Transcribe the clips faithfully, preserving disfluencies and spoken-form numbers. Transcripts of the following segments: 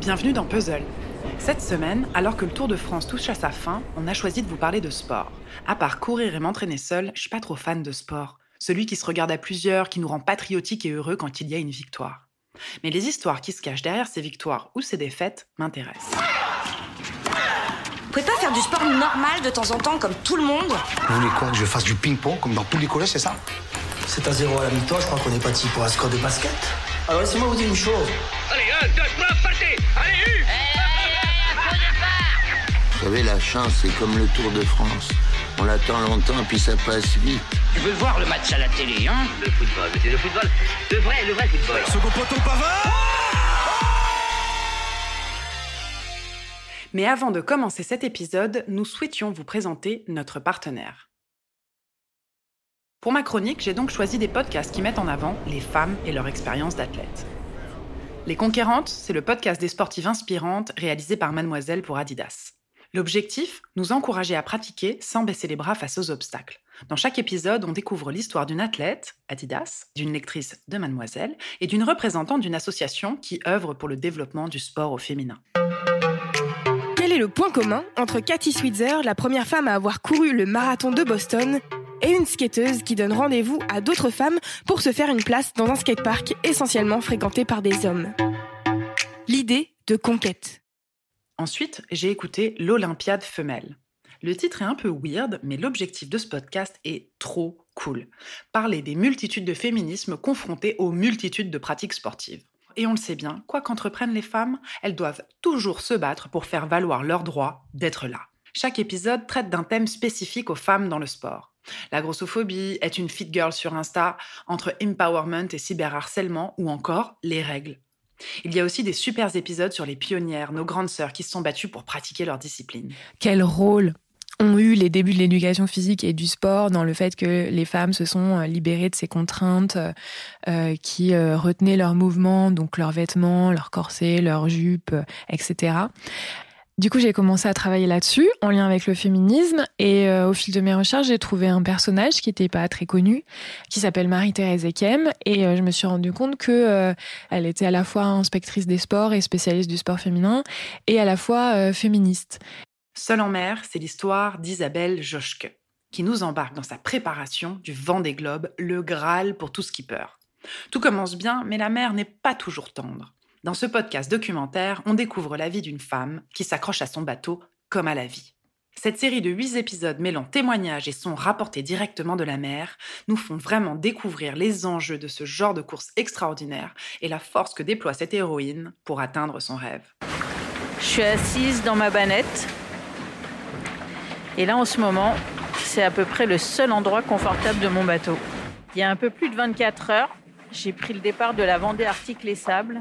Bienvenue dans Puzzle. Cette semaine, alors que le Tour de France touche à sa fin, on a choisi de vous parler de sport. À part courir et m'entraîner seule, je suis pas trop fan de sport. Celui qui se regarde à plusieurs, qui nous rend patriotiques et heureux quand il y a une victoire. Mais les histoires qui se cachent derrière ces victoires ou ces défaites m'intéressent. Vous pouvez pas faire du sport normal de temps en temps comme tout le monde? Vous voulez quoi, que je fasse du ping-pong comme dans tous les collèges, c'est ça? C'est à zéro à la mi-temps, je crois qu'on est parti pour un score de basket. Alors laissez-moi vous dire une chose. Allez, un, deux, trois, partez! Allez, U! Vous savez, la chance, c'est comme le Tour de France. On l'attend longtemps, puis ça passe vite. Tu veux voir le match à la télé, hein? Le football, mais c'est le football, le vrai, le vrai football. Second poteau Pavard. Mais avant de commencer cet épisode, nous souhaitions vous présenter notre partenaire. Pour ma chronique, j'ai donc choisi des podcasts qui mettent en avant les femmes et leur expérience d'athlète. Les Conquérantes, c'est le podcast des sportives inspirantes réalisé par Mademoiselle pour Adidas. L'objectif, nous encourager à pratiquer sans baisser les bras face aux obstacles. Dans chaque épisode, on découvre l'histoire d'une athlète, Adidas, d'une lectrice de Mademoiselle et d'une représentante d'une association qui œuvre pour le développement du sport au féminin. Quel est le point commun entre Katie Switzer, la première femme à avoir couru le marathon de Boston, et une skateuse qui donne rendez-vous à d'autres femmes pour se faire une place dans un skatepark essentiellement fréquenté par des hommes? L'idée de conquête. Ensuite, j'ai écouté l'Olympiade femelle. Le titre est un peu weird, mais l'objectif de ce podcast est trop cool. Parler des multitudes de féminisme confrontées aux multitudes de pratiques sportives. Et on le sait bien, quoi qu'entreprennent les femmes, elles doivent toujours se battre pour faire valoir leur droit d'être là. Chaque épisode traite d'un thème spécifique aux femmes dans le sport. La grossophobie, être une fit girl sur Insta, entre empowerment et cyberharcèlement, ou encore les règles. Il y a aussi des super épisodes sur les pionnières, nos grandes sœurs qui se sont battues pour pratiquer leur discipline. Quel rôle ont eu les débuts de l'éducation physique et du sport dans le fait que les femmes se sont libérées de ces contraintes euh, qui euh, retenaient leurs mouvements, donc leurs vêtements, leurs corsets, leurs jupes, et cetera. Du coup, j'ai commencé à travailler là-dessus, en lien avec le féminisme, et euh, au fil de mes recherches, j'ai trouvé un personnage qui n'était pas très connu, qui s'appelle Marie-Thérèse Ekem, et euh, je me suis rendu compte que euh, elle était à la fois inspectrice des sports et spécialiste du sport féminin, et à la fois euh, féministe. Seule en mer, c'est l'histoire d'Isabelle Joschke, qui nous embarque dans sa préparation du Vendée Globe, le Graal pour tout skipper. Tout commence bien, mais la mer n'est pas toujours tendre. Dans ce podcast documentaire, on découvre la vie d'une femme qui s'accroche à son bateau comme à la vie. Cette série de huit épisodes mêlant témoignages et sons rapportés directement de la mer nous font vraiment découvrir les enjeux de ce genre de course extraordinaire et la force que déploie cette héroïne pour atteindre son rêve. Je suis assise dans ma banette et là en ce moment, c'est à peu près le seul endroit confortable de mon bateau. Il y a un peu plus de vingt-quatre heures, j'ai pris le départ de la Vendée Arctique Les Sables.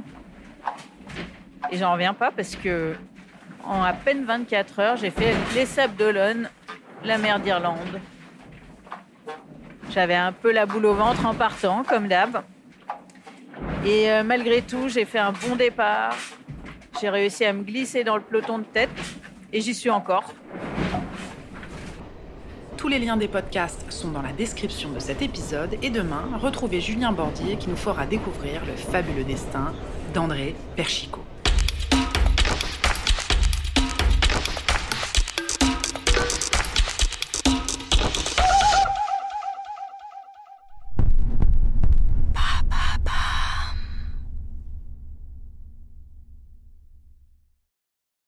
Et j'en reviens pas parce que en à peine vingt-quatre heures, j'ai fait les Sables d'Olonne, la mer d'Irlande. J'avais un peu la boule au ventre en partant, comme d'hab. Et euh, malgré tout, j'ai fait un bon départ. J'ai réussi à me glisser dans le peloton de tête et j'y suis encore. Tous les liens des podcasts sont dans la description de cet épisode et demain, retrouvez Julien Bordier qui nous fera découvrir le fabuleux destin d'André Perchicot.